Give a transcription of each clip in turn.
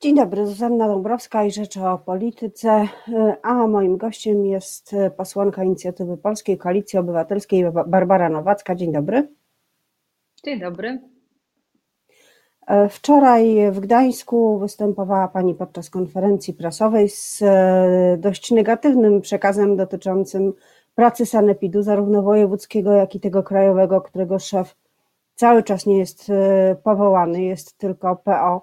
Dzień dobry, Zuzanna Dąbrowska i Rzecz o Polityce, a moim gościem jest posłanka Inicjatywy Polskiej, Koalicji Obywatelskiej Barbara Nowacka. Dzień dobry. Dzień dobry. Wczoraj w Gdańsku występowała Pani podczas konferencji prasowej z dość negatywnym przekazem dotyczącym pracy sanepidu, zarówno wojewódzkiego, jak i tego krajowego, którego szef cały czas nie jest powołany, jest tylko PO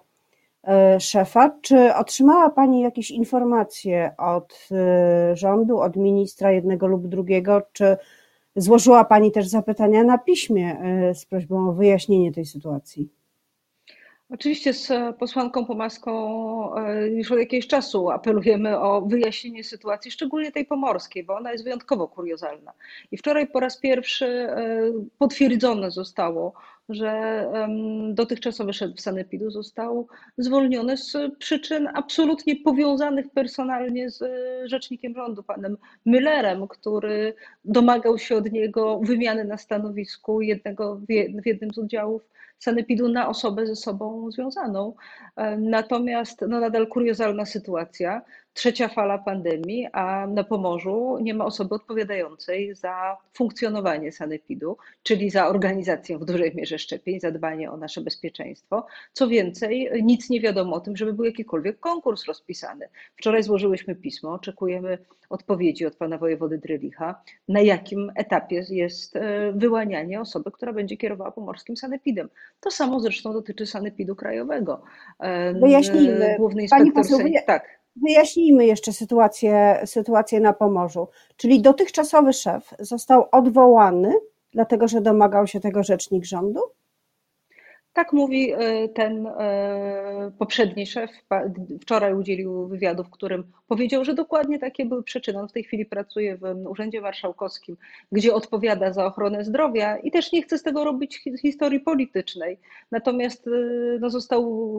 szefa. Czy otrzymała Pani jakieś informacje od rządu, od ministra jednego lub drugiego, czy złożyła Pani też zapytania na piśmie z prośbą o wyjaśnienie tej sytuacji? Oczywiście z posłanką Pomaską już od jakiegoś czasu apelujemy o wyjaśnienie sytuacji, szczególnie tej pomorskiej, bo ona jest wyjątkowo kuriozalna. I wczoraj po raz pierwszy potwierdzone zostało, że dotychczasowy szef sanepidu został zwolniony z przyczyn absolutnie powiązanych personalnie z rzecznikiem rządu, panem Müllerem, który domagał się od niego wymiany na stanowisku w jednym z oddziałów sanepidu na osobę ze sobą związaną. Natomiast nadal kuriozalna sytuacja, trzecia fala pandemii, a na Pomorzu nie ma osoby odpowiadającej za funkcjonowanie sanepidu, czyli za organizację w dużej mierze szczepień, za dbanie o nasze bezpieczeństwo. Co więcej, nic nie wiadomo o tym, żeby był jakikolwiek konkurs rozpisany. Wczoraj złożyłyśmy pismo, oczekujemy odpowiedzi od pana wojewody Drylicha, na jakim etapie jest wyłanianie osoby, która będzie kierowała pomorskim sanepidem. To samo zresztą dotyczy sanepidu krajowego. Wyjaśnijmy, Główny Pani inspektor poseł, tak. wyjaśnijmy jeszcze sytuację na Pomorzu. Czyli dotychczasowy szef został odwołany, dlatego że domagał się tego rzecznik rządu? Tak mówi ten poprzedni szef. Wczoraj udzielił wywiadu, w którym powiedział, że dokładnie takie były przyczyny. On w tej chwili pracuje w Urzędzie Marszałkowskim, gdzie odpowiada za ochronę zdrowia i też nie chce z tego robić historii politycznej. Natomiast no, został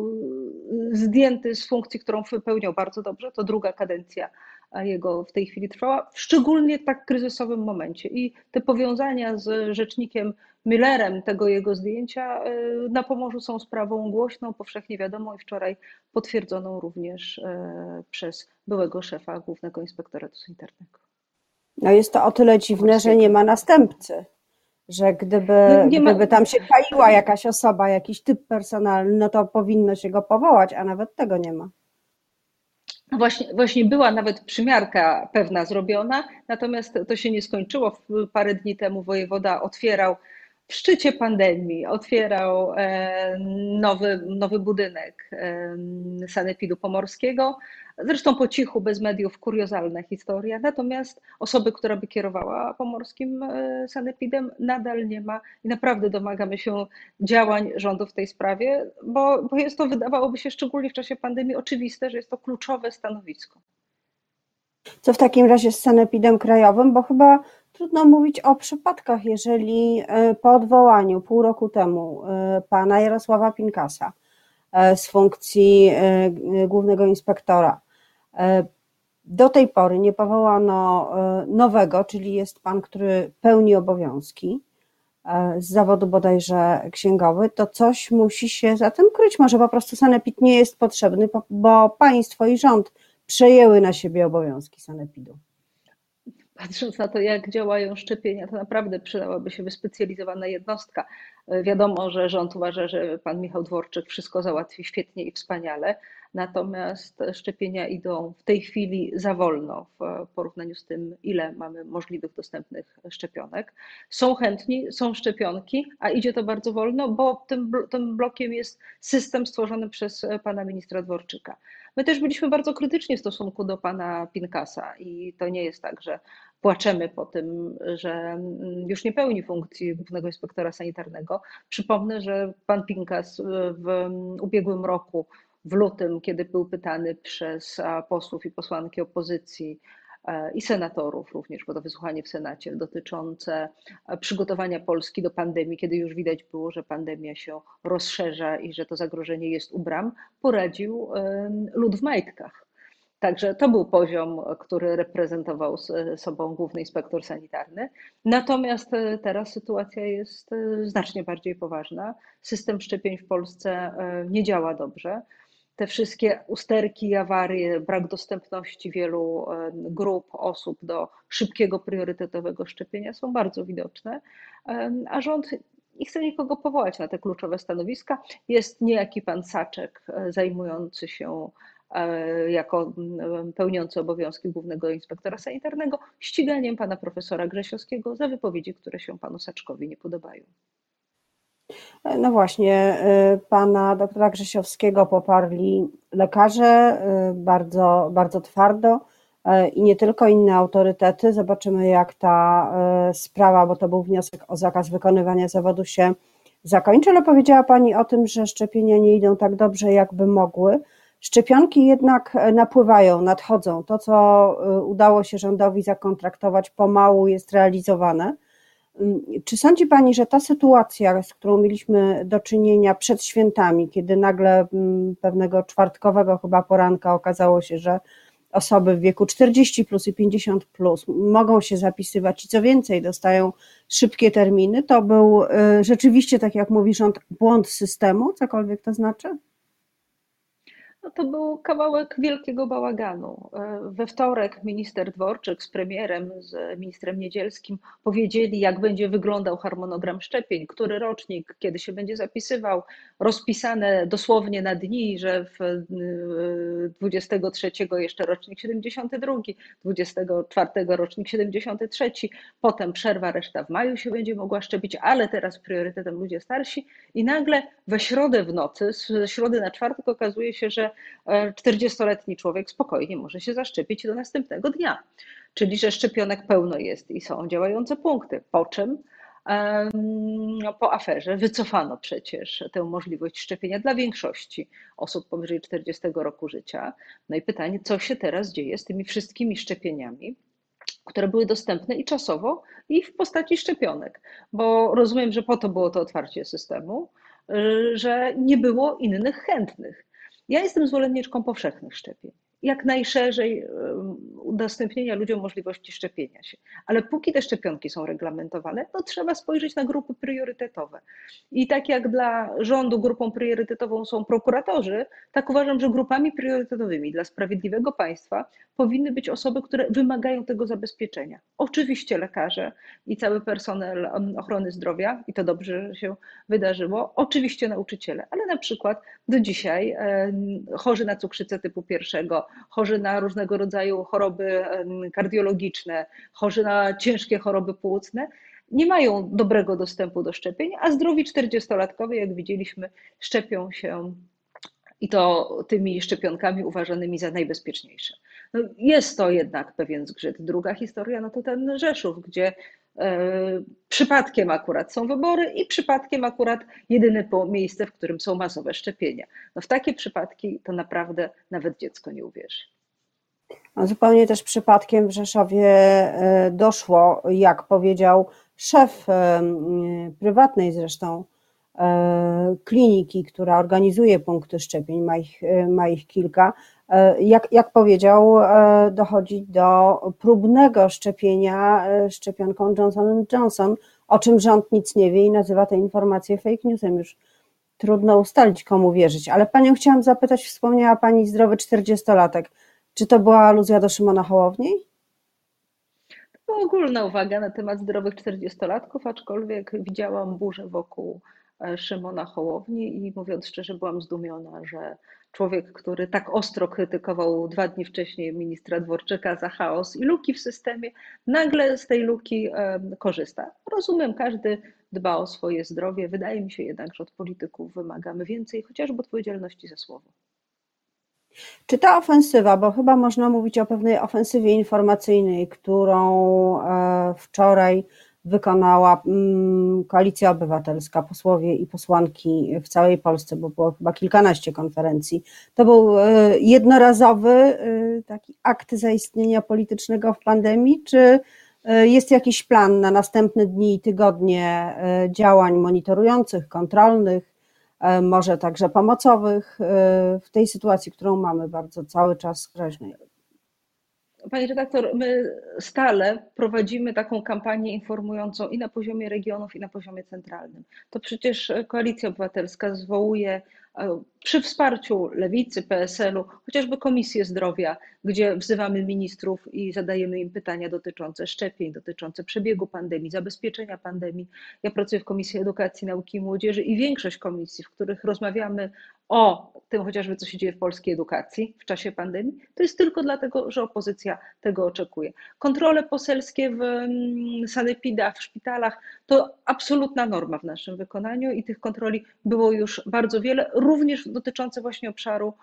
zdjęty z funkcji, którą wypełniał bardzo dobrze. To druga kadencja jego w tej chwili trwała, w szczególnie tak kryzysowym momencie. I te powiązania z rzecznikiem Müllerem, tego jego zdjęcia na Pomorzu są sprawą głośną, powszechnie wiadomą i wczoraj potwierdzoną również przez byłego szefa Głównego Inspektoratu Sanitarnego. No jest to o tyle dziwne, że nie ma następcy. Że gdyby tam się czaiła jakaś osoba, jakiś typ personalny, no to powinno się go powołać, a nawet tego nie ma. Właśnie była nawet przymiarka pewna zrobiona, natomiast to się nie skończyło. Parę dni temu wojewoda otwierał w szczycie pandemii, otwierał nowy budynek sanepidu pomorskiego. Zresztą po cichu, bez mediów, kuriozalna historia. Natomiast osoby, która by kierowała pomorskim sanepidem, nadal nie ma i naprawdę domagamy się działań rządu w tej sprawie, bo jest to, wydawałoby się, szczególnie w czasie pandemii, oczywiste, że jest to kluczowe stanowisko. Co w takim razie z sanepidem krajowym, bo chyba trudno mówić o przypadkach, jeżeli po odwołaniu pół roku temu pana Jarosława Pinkasa z funkcji głównego inspektora do tej pory nie powołano nowego, czyli jest pan, który pełni obowiązki z zawodu bodajże księgowy, to coś musi się za tym kryć. Może po prostu sanepid nie jest potrzebny, bo państwo i rząd przejęły na siebie obowiązki sanepidu. Patrząc na to, jak działają szczepienia, to naprawdę przydałaby się wyspecjalizowana jednostka. Wiadomo, że rząd uważa, że pan Michał Dworczyk wszystko załatwi świetnie i wspaniale, natomiast szczepienia idą w tej chwili za wolno w porównaniu z tym, ile mamy możliwych dostępnych szczepionek. Są chętni, są szczepionki, a idzie to bardzo wolno, bo tym blokiem jest system stworzony przez pana ministra Dworczyka. My też byliśmy bardzo krytyczni w stosunku do pana Pinkasa i to nie jest tak, że płaczemy po tym, że już nie pełni funkcji głównego inspektora sanitarnego. Przypomnę, że pan Pinkas w ubiegłym roku, w lutym, kiedy był pytany przez posłów i posłanki opozycji i senatorów również, bo to wysłuchanie w Senacie dotyczące przygotowania Polski do pandemii, kiedy już widać było, że pandemia się rozszerza i że to zagrożenie jest u bram, poradził lud w majtkach. Także to był poziom, który reprezentował sobą główny inspektor sanitarny. Natomiast teraz sytuacja jest znacznie bardziej poważna. System szczepień w Polsce nie działa dobrze. te wszystkie usterki i awarie, brak dostępności wielu grup osób do szybkiego, priorytetowego szczepienia są bardzo widoczne, a rząd nie chce nikogo powołać na te kluczowe stanowiska. Jest niejaki pan Saczek zajmujący się jako pełniący obowiązki głównego inspektora sanitarnego ściganiem pana profesora Grzesiowskiego za wypowiedzi, które się panu Saczkowi nie podobają. No właśnie, pana doktora Grzesiowskiego poparli lekarze bardzo, bardzo twardo i nie tylko inne autorytety. Zobaczymy, jak ta sprawa, bo to był wniosek o zakaz wykonywania zawodu, się zakończy, ale powiedziała pani o tym, że szczepienia nie idą tak dobrze, jakby mogły. Szczepionki jednak napływają, nadchodzą. To, co udało się rządowi zakontraktować, pomału jest realizowane. Czy sądzi pani, że ta sytuacja, z którą mieliśmy do czynienia przed świętami, kiedy nagle pewnego czwartkowego chyba poranka okazało się, że osoby w wieku 40 plus i 50 plus mogą się zapisywać i co więcej dostają szybkie terminy, to był rzeczywiście, tak jak mówi rząd, błąd systemu, cokolwiek to znaczy? No to był kawałek wielkiego bałaganu. We wtorek minister Dworczyk z premierem, z ministrem Niedzielskim powiedzieli, jak będzie wyglądał harmonogram szczepień, który rocznik, kiedy się będzie zapisywał, rozpisane dosłownie na dni, że w 23 jeszcze rocznik 72, 24 rocznik 73, potem przerwa, reszta w maju się będzie mogła szczepić, ale teraz priorytetem ludzie starsi i nagle we środę w nocy, z środy na czwartek okazuje się, że 40-letni człowiek spokojnie może się zaszczepić do następnego dnia. Czyli, że szczepionek pełno jest i są działające punkty. Po czym po aferze wycofano przecież tę możliwość szczepienia dla większości osób powyżej 40 roku życia. No i pytanie, co się teraz dzieje z tymi wszystkimi szczepieniami, które były dostępne i czasowo, i w postaci szczepionek. Bo rozumiem, że po to było to otwarcie systemu, że nie było innych chętnych. Ja jestem zwolenniczką powszechnych szczepień. Jak najszerzej udostępnienia ludziom możliwości szczepienia się. Ale póki te szczepionki są reglamentowane, to trzeba spojrzeć na grupy priorytetowe. I tak jak dla rządu grupą priorytetową są prokuratorzy, tak uważam, że grupami priorytetowymi dla sprawiedliwego państwa powinny być osoby, które wymagają tego zabezpieczenia. Oczywiście lekarze i cały personel ochrony zdrowia, i to dobrze, że się wydarzyło, oczywiście nauczyciele, ale na przykład do dzisiaj chorzy na cukrzycę typu pierwszego, chorzy na różnego rodzaju choroby kardiologiczne, chorzy na ciężkie choroby płucne, nie mają dobrego dostępu do szczepień, a zdrowi 40-latkowie, jak widzieliśmy, szczepią się i to tymi szczepionkami uważanymi za najbezpieczniejsze. No jest to jednak pewien zgrzyt. Druga historia, no to ten Rzeszów, gdzie przypadkiem akurat są wybory i przypadkiem akurat jedyne miejsce, w którym są masowe szczepienia. No w takie przypadki to naprawdę nawet dziecko nie uwierzy. Zupełnie też przypadkiem w Rzeszowie doszło, jak powiedział szef prywatnej zresztą kliniki, która organizuje punkty szczepień, ma ich kilka, jak powiedział, dochodzi do próbnego szczepienia szczepionką Johnson & Johnson, o czym rząd nic nie wie i nazywa te informacje fake newsem. Już trudno ustalić, komu wierzyć. Ale panią chciałam zapytać, wspomniała pani zdrowy 40-latek. Czy to była aluzja do Szymona Hołowni? To ogólna uwaga na temat zdrowych 40-latków, aczkolwiek widziałam burzę wokół Szymona Hołowni i mówiąc szczerze, byłam zdumiona, że człowiek, który tak ostro krytykował 2 dni wcześniej ministra Dworczyka za chaos i luki w systemie, nagle z tej luki korzysta. Rozumiem, każdy dba o swoje zdrowie. Wydaje mi się jednak, że od polityków wymagamy więcej, chociażby odpowiedzialności za słowo. Czy ta ofensywa, bo chyba można mówić o pewnej ofensywie informacyjnej, którą wczoraj wykonała Koalicja Obywatelska, posłowie i posłanki w całej Polsce, bo było chyba kilkanaście konferencji, to był jednorazowy taki akt zaistnienia politycznego w pandemii, czy jest jakiś plan na następne dni i tygodnie działań monitorujących, kontrolnych, może także pomocowych w tej sytuacji, którą mamy bardzo cały czas groźnej? Pani redaktor, my stale prowadzimy taką kampanię informującą i na poziomie regionów, i na poziomie centralnym. To przecież Koalicja Obywatelska zwołuje przy wsparciu Lewicy, PSL-u, chociażby Komisję Zdrowia, gdzie wzywamy ministrów i zadajemy im pytania dotyczące szczepień, dotyczące przebiegu pandemii, zabezpieczenia pandemii. Ja pracuję w Komisji Edukacji, Nauki i Młodzieży i większość komisji, w których rozmawiamy o tym chociażby, co się dzieje w polskiej edukacji w czasie pandemii, to jest tylko dlatego, że opozycja tego oczekuje. Kontrole poselskie w sanepidach, w szpitalach to absolutna norma w naszym wykonaniu i tych kontroli było już bardzo wiele, również dotyczące właśnie obszaru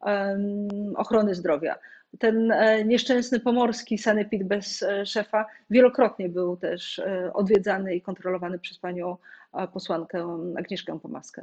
ochrony zdrowia. Ten nieszczęsny pomorski sanepid bez szefa wielokrotnie był też odwiedzany i kontrolowany przez panią posłankę Agnieszkę Pomaską.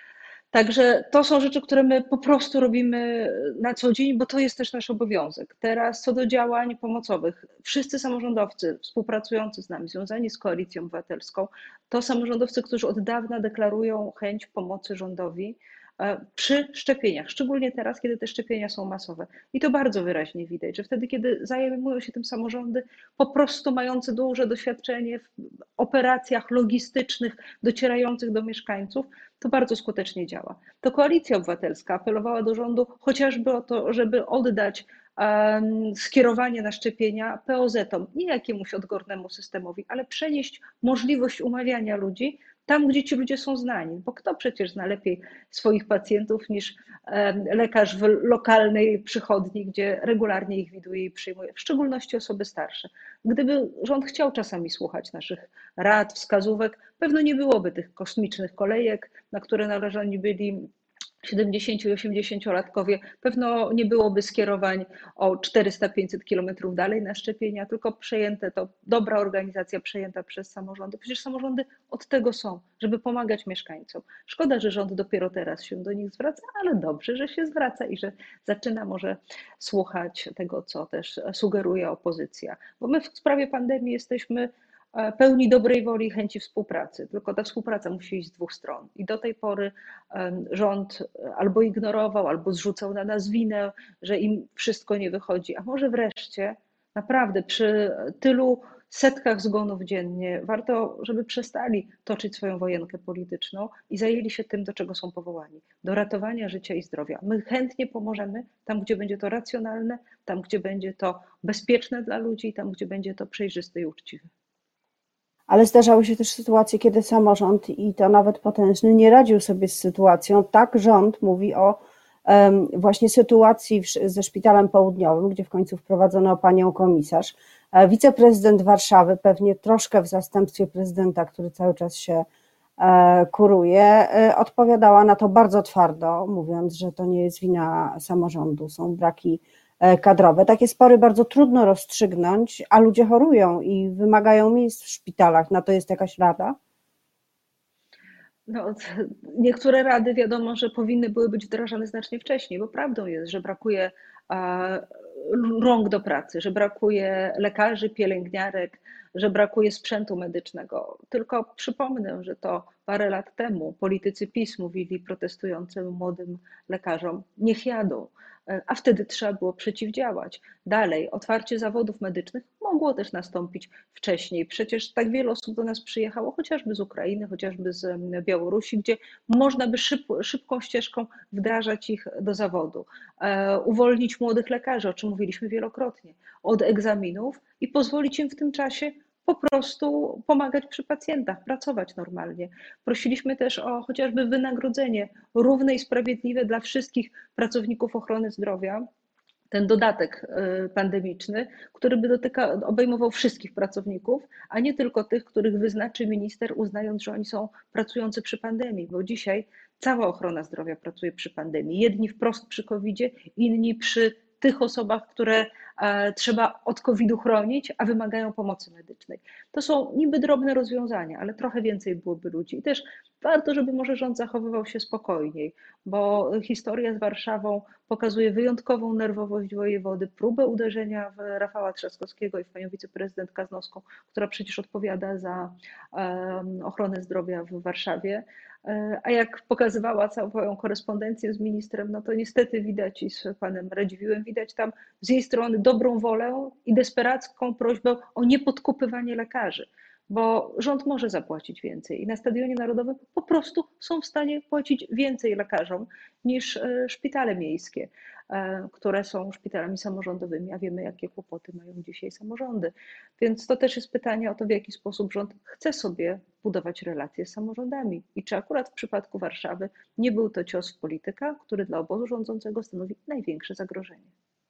Także to są rzeczy, które my po prostu robimy na co dzień, bo to jest też nasz obowiązek. Teraz co do działań pomocowych, wszyscy samorządowcy współpracujący z nami, związani z Koalicją Obywatelską, to samorządowcy, którzy od dawna deklarują chęć pomocy rządowi przy szczepieniach, szczególnie teraz, kiedy te szczepienia są masowe. I to bardzo wyraźnie widać, że wtedy, kiedy zajmują się tym samorządy, po prostu mające duże doświadczenie w operacjach logistycznych docierających do mieszkańców, to bardzo skutecznie działa. To Koalicja Obywatelska apelowała do rządu chociażby o to, żeby oddać skierowanie na szczepienia POZ-om, nie jakiemuś odgórnemu systemowi, ale przenieść możliwość umawiania ludzi tam, gdzie ci ludzie są znani, bo kto przecież zna lepiej swoich pacjentów niż lekarz w lokalnej przychodni, gdzie regularnie ich widuje i przyjmuje, w szczególności osoby starsze. Gdyby rząd chciał czasami słuchać naszych rad, wskazówek, pewno nie byłoby tych kosmicznych kolejek, na które narażeni byli 70 i 80-latkowie, pewno nie byłoby skierowań o 400-500 kilometrów dalej na szczepienia, tylko przejęte to, dobra organizacja przejęta przez samorządy. Przecież samorządy od tego są, żeby pomagać mieszkańcom. Szkoda, że rząd dopiero teraz się do nich zwraca, ale dobrze, że się zwraca i że zaczyna może słuchać tego, co też sugeruje opozycja. Bo my w sprawie pandemii jesteśmy pełni dobrej woli i chęci współpracy, tylko ta współpraca musi iść z dwóch stron. I do tej pory rząd albo ignorował, albo zrzucał na nas winę, że im wszystko nie wychodzi. A może wreszcie naprawdę przy tylu setkach zgonów dziennie warto, żeby przestali toczyć swoją wojenkę polityczną i zajęli się tym, do czego są powołani, do ratowania życia i zdrowia. My chętnie pomożemy tam, gdzie będzie to racjonalne, tam, gdzie będzie to bezpieczne dla ludzi, tam, gdzie będzie to przejrzyste i uczciwe. Ale zdarzały się też sytuacje, kiedy samorząd, i to nawet potężny, nie radził sobie z sytuacją. Tak rząd mówi o właśnie sytuacji ze Szpitalem Południowym, gdzie w końcu wprowadzono panią komisarz. Wiceprezydent Warszawy, pewnie troszkę w zastępstwie prezydenta, który cały czas się kuruje, odpowiadała na to bardzo twardo, mówiąc, że to nie jest wina samorządu, są braki kadrowe. Takie spory bardzo trudno rozstrzygnąć, a ludzie chorują i wymagają miejsc w szpitalach. Na to jest jakaś rada? No, niektóre rady wiadomo, że powinny były być wdrażane znacznie wcześniej, bo prawdą jest, że brakuje rąk do pracy, że brakuje lekarzy, pielęgniarek, że brakuje sprzętu medycznego. Tylko przypomnę, że to parę lat temu politycy PiS mówili protestującym młodym lekarzom: niech jadą, a wtedy trzeba było przeciwdziałać. Dalej, otwarcie zawodów medycznych mogło też nastąpić wcześniej. Przecież tak wiele osób do nas przyjechało, chociażby z Ukrainy, chociażby z Białorusi, gdzie można by szybką ścieżką wdrażać ich do zawodu, uwolnić młodych lekarzy, o czym mówiliśmy wielokrotnie, od egzaminów i pozwolić im w tym czasie po prostu pomagać przy pacjentach, pracować normalnie. Prosiliśmy też o chociażby wynagrodzenie równe i sprawiedliwe dla wszystkich pracowników ochrony zdrowia, ten dodatek pandemiczny, który by obejmował wszystkich pracowników, a nie tylko tych, których wyznaczy minister, uznając, że oni są pracujący przy pandemii, bo dzisiaj cała ochrona zdrowia pracuje przy pandemii. Jedni wprost przy COVID-zie, inni przy tych osobach, które trzeba od COVID-u chronić, a wymagają pomocy medycznej. To są niby drobne rozwiązania, ale trochę więcej byłoby ludzi. I też warto, żeby może rząd zachowywał się spokojniej, bo historia z Warszawą pokazuje wyjątkową nerwowość wojewody, próbę uderzenia w Rafała Trzaskowskiego i w panią wiceprezydent Kaznowską, która przecież odpowiada za ochronę zdrowia w Warszawie. A jak pokazywała całą korespondencję z ministrem, no to niestety widać, i z panem Radziwiłłem widać tam z jej strony dobrą wolę i desperacką prośbę o niepodkupywanie lekarzy. bo rząd może zapłacić więcej i na Stadionie Narodowym po prostu są w stanie płacić więcej lekarzom niż szpitale miejskie, które są szpitalami samorządowymi, a wiemy, jakie kłopoty mają dzisiaj samorządy. Więc to też jest pytanie o to, w jaki sposób rząd chce sobie budować relacje z samorządami i czy akurat w przypadku Warszawy nie był to cios w polityka, który dla obozu rządzącego stanowi największe zagrożenie.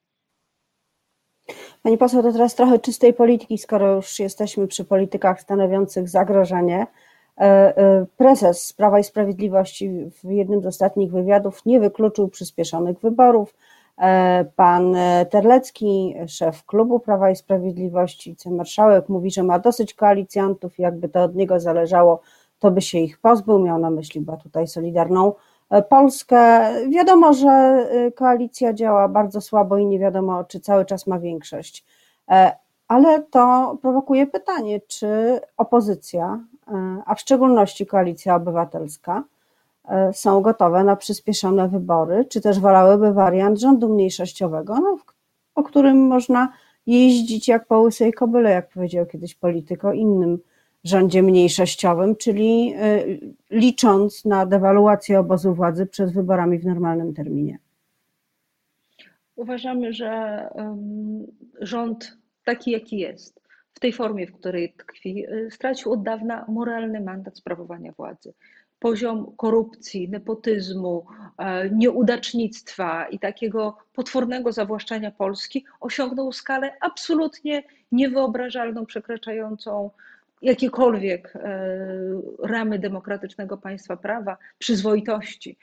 Pani poseł, to teraz trochę czystej polityki, skoro już jesteśmy przy politykach stanowiących zagrożenie. Prezes Prawa i Sprawiedliwości w jednym z ostatnich wywiadów nie wykluczył przyspieszonych wyborów. Pan Terlecki, szef klubu Prawa i Sprawiedliwości, wicemarszałek, mówi, że ma dosyć koalicjantów i jakby to od niego zależało, to by się ich pozbył. Miał na myśli chyba tutaj Solidarną Polskę. Wiadomo, że koalicja działa bardzo słabo i nie wiadomo, czy cały czas ma większość. Ale to prowokuje pytanie, czy opozycja, a w szczególności Koalicja Obywatelska, są gotowe na przyspieszone wybory, czy też wolałyby wariant rządu mniejszościowego, no, o którym można jeździć jak po łysej kobyle, jak powiedział kiedyś polityk, o innym rządzie mniejszościowym, czyli licząc na dewaluację obozu władzy przed wyborami w normalnym terminie. Uważamy, że rząd taki, jaki jest, w tej formie, w której tkwi, stracił od dawna moralny mandat sprawowania władzy. Poziom korupcji, nepotyzmu, nieudacznictwa i takiego potwornego zawłaszczania Polski osiągnął skalę absolutnie niewyobrażalną, przekraczającą jakiekolwiek ramy demokratycznego państwa prawa, przyzwoitości.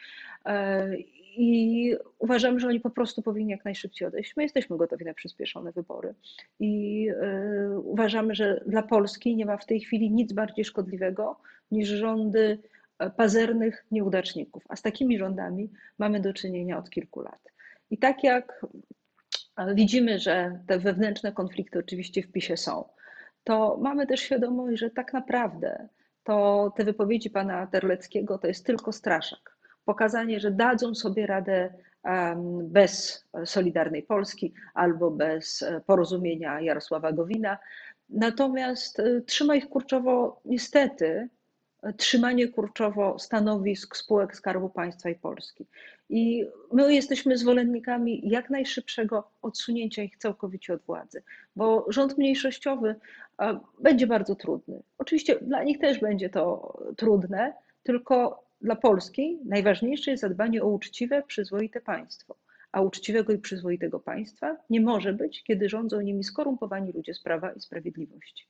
I uważamy, że oni po prostu powinni jak najszybciej odejść. My jesteśmy gotowi na przyspieszone wybory i uważamy, że dla Polski nie ma w tej chwili nic bardziej szkodliwego niż rządy pazernych nieudaczników. A z takimi rządami mamy do czynienia od kilku lat. I tak jak widzimy, że te wewnętrzne konflikty oczywiście w PiS-ie są, to mamy też świadomość, że tak naprawdę to te wypowiedzi pana Terleckiego to jest tylko straszak. Pokazanie, że dadzą sobie radę bez Solidarnej Polski albo bez porozumienia Jarosława Gowina. Natomiast trzyma ich kurczowo, niestety, trzymanie kurczowo stanowisk spółek Skarbu Państwa i Polski. I my jesteśmy zwolennikami jak najszybszego odsunięcia ich całkowicie od władzy, bo rząd mniejszościowy będzie bardzo trudny. Oczywiście dla nich też będzie to trudne, tylko dla Polski najważniejsze jest zadbanie o uczciwe, przyzwoite państwo. A uczciwego i przyzwoitego państwa nie może być, kiedy rządzą nimi skorumpowani ludzie z Prawa i Sprawiedliwości.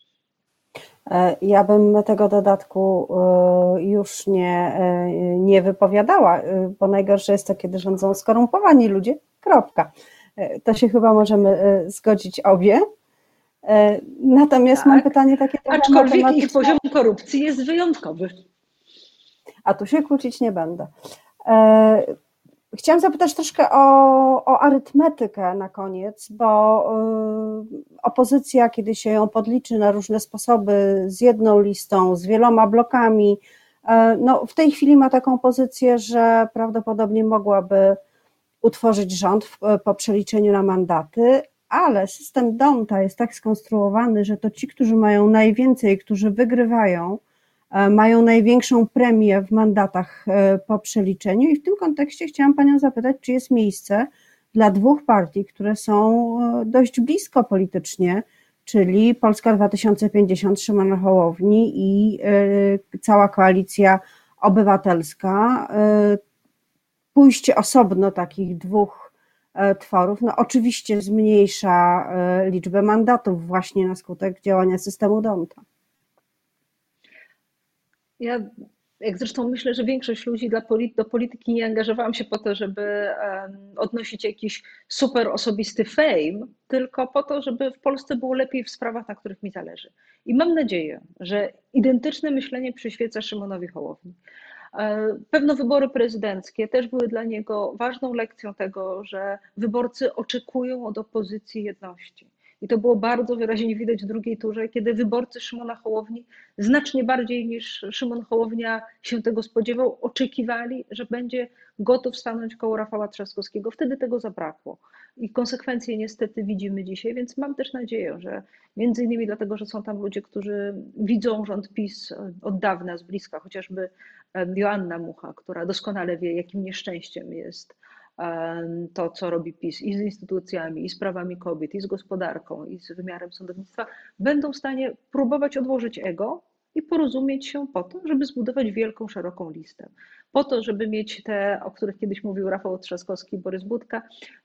Ja bym tego dodatku już nie wypowiadała, bo najgorsze jest to, kiedy rządzą skorumpowani ludzie, kropka. To się chyba możemy zgodzić obie. Natomiast tak, mam pytanie takie trochę aczkolwiek ich poziom korupcji jest wyjątkowy. A tu się kłócić nie będę. Chciałam zapytać troszkę o arytmetykę na koniec, bo opozycja, kiedy się ją podliczy na różne sposoby, z jedną listą, z wieloma blokami, no w tej chwili ma taką pozycję, że prawdopodobnie mogłaby utworzyć rząd po przeliczeniu na mandaty, ale system D'Hondta jest tak skonstruowany, że to ci, którzy mają najwięcej, którzy wygrywają, mają największą premię w mandatach po przeliczeniu i w tym kontekście chciałam panią zapytać, czy jest miejsce dla dwóch partii, które są dość blisko politycznie, czyli Polska 2050 Szymona Hołowni i cała Koalicja Obywatelska. Pójście osobno takich dwóch tworów, no oczywiście zmniejsza liczbę mandatów właśnie na skutek działania systemu D'Hondta. Ja, jak zresztą myślę, że większość ludzi do polityki nie angażowałam się po to, żeby odnosić jakiś super osobisty fame, tylko po to, żeby w Polsce było lepiej w sprawach, na których mi zależy. I mam nadzieję, że identyczne myślenie przyświeca Szymonowi Hołowni. Pewno wybory prezydenckie też były dla niego ważną lekcją tego, że wyborcy oczekują od opozycji jedności. I to było bardzo wyraźnie widać w drugiej turze, kiedy wyborcy Szymona Hołowni znacznie bardziej niż Szymon Hołownia się tego spodziewał, oczekiwali, że będzie gotów stanąć koło Rafała Trzaskowskiego. Wtedy tego zabrakło. I konsekwencje niestety widzimy dzisiaj, więc mam też nadzieję, że między innymi dlatego, że są tam ludzie, którzy widzą rząd PiS od dawna z bliska, chociażby Joanna Mucha, która doskonale wie, jakim nieszczęściem jest to, co robi PiS i z instytucjami, i z prawami kobiet, i z gospodarką, i z wymiarem sądownictwa, będą w stanie próbować odłożyć ego i porozumieć się po to, żeby zbudować wielką, szeroką listę. Po to, żeby mieć te, o których kiedyś mówił Rafał Trzaskowski i Borys Budka,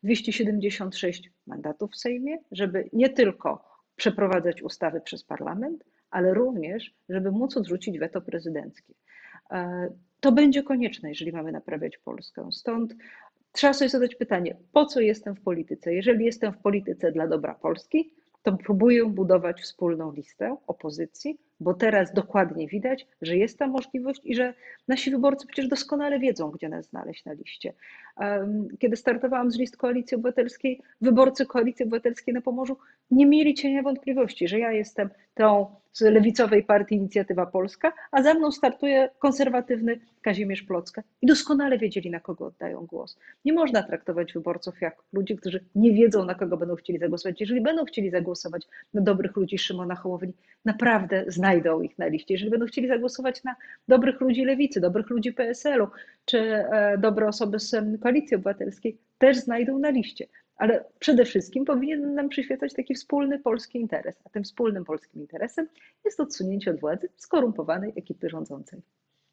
276 mandatów w Sejmie, żeby nie tylko przeprowadzać ustawy przez parlament, ale również, żeby móc odrzucić weto prezydenckie. To będzie konieczne, jeżeli mamy naprawiać Polskę. Stąd trzeba sobie zadać pytanie, po co jestem w polityce? Jeżeli jestem w polityce dla dobra Polski, to próbuję budować wspólną listę opozycji, bo teraz dokładnie widać, że jest ta możliwość i że nasi wyborcy przecież doskonale wiedzą, gdzie nas znaleźć na liście. Kiedy startowałam z list Koalicji Obywatelskiej, wyborcy Koalicji Obywatelskiej na Pomorzu nie mieli cienia wątpliwości, że ja jestem tą z lewicowej partii Inicjatywa Polska, a za mną startuje konserwatywny Kazimierz Plocka i doskonale wiedzieli, na kogo oddają głos. Nie można traktować wyborców jak ludzi, którzy nie wiedzą, na kogo będą chcieli zagłosować. Jeżeli będą chcieli zagłosować na dobrych ludzi Szymona Hołowni, naprawdę znajdą ich na liście. Jeżeli będą chcieli zagłosować na dobrych ludzi Lewicy, dobrych ludzi PSL-u, czy dobre osoby z Koalicji Obywatelskiej, też znajdą na liście. Ale przede wszystkim powinien nam przyświecać taki wspólny polski interes. A tym wspólnym polskim interesem jest odsunięcie od władzy skorumpowanej ekipy rządzącej.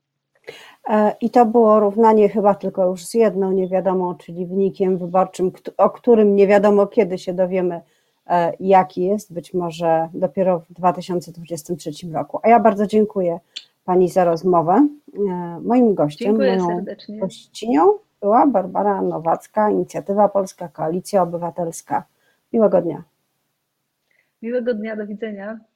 I to było równanie chyba tylko już z jedną niewiadomą, czyli wynikiem wyborczym, o którym nie wiadomo kiedy się dowiemy, jaki jest, być może dopiero w 2023 roku. A ja bardzo dziękuję Pani za rozmowę. Moim gościem, Dziękuję moją serdecznie. gościnią była Barbara Nowacka, Inicjatywa Polska, Koalicja Obywatelska. Miłego dnia. Miłego dnia, do widzenia.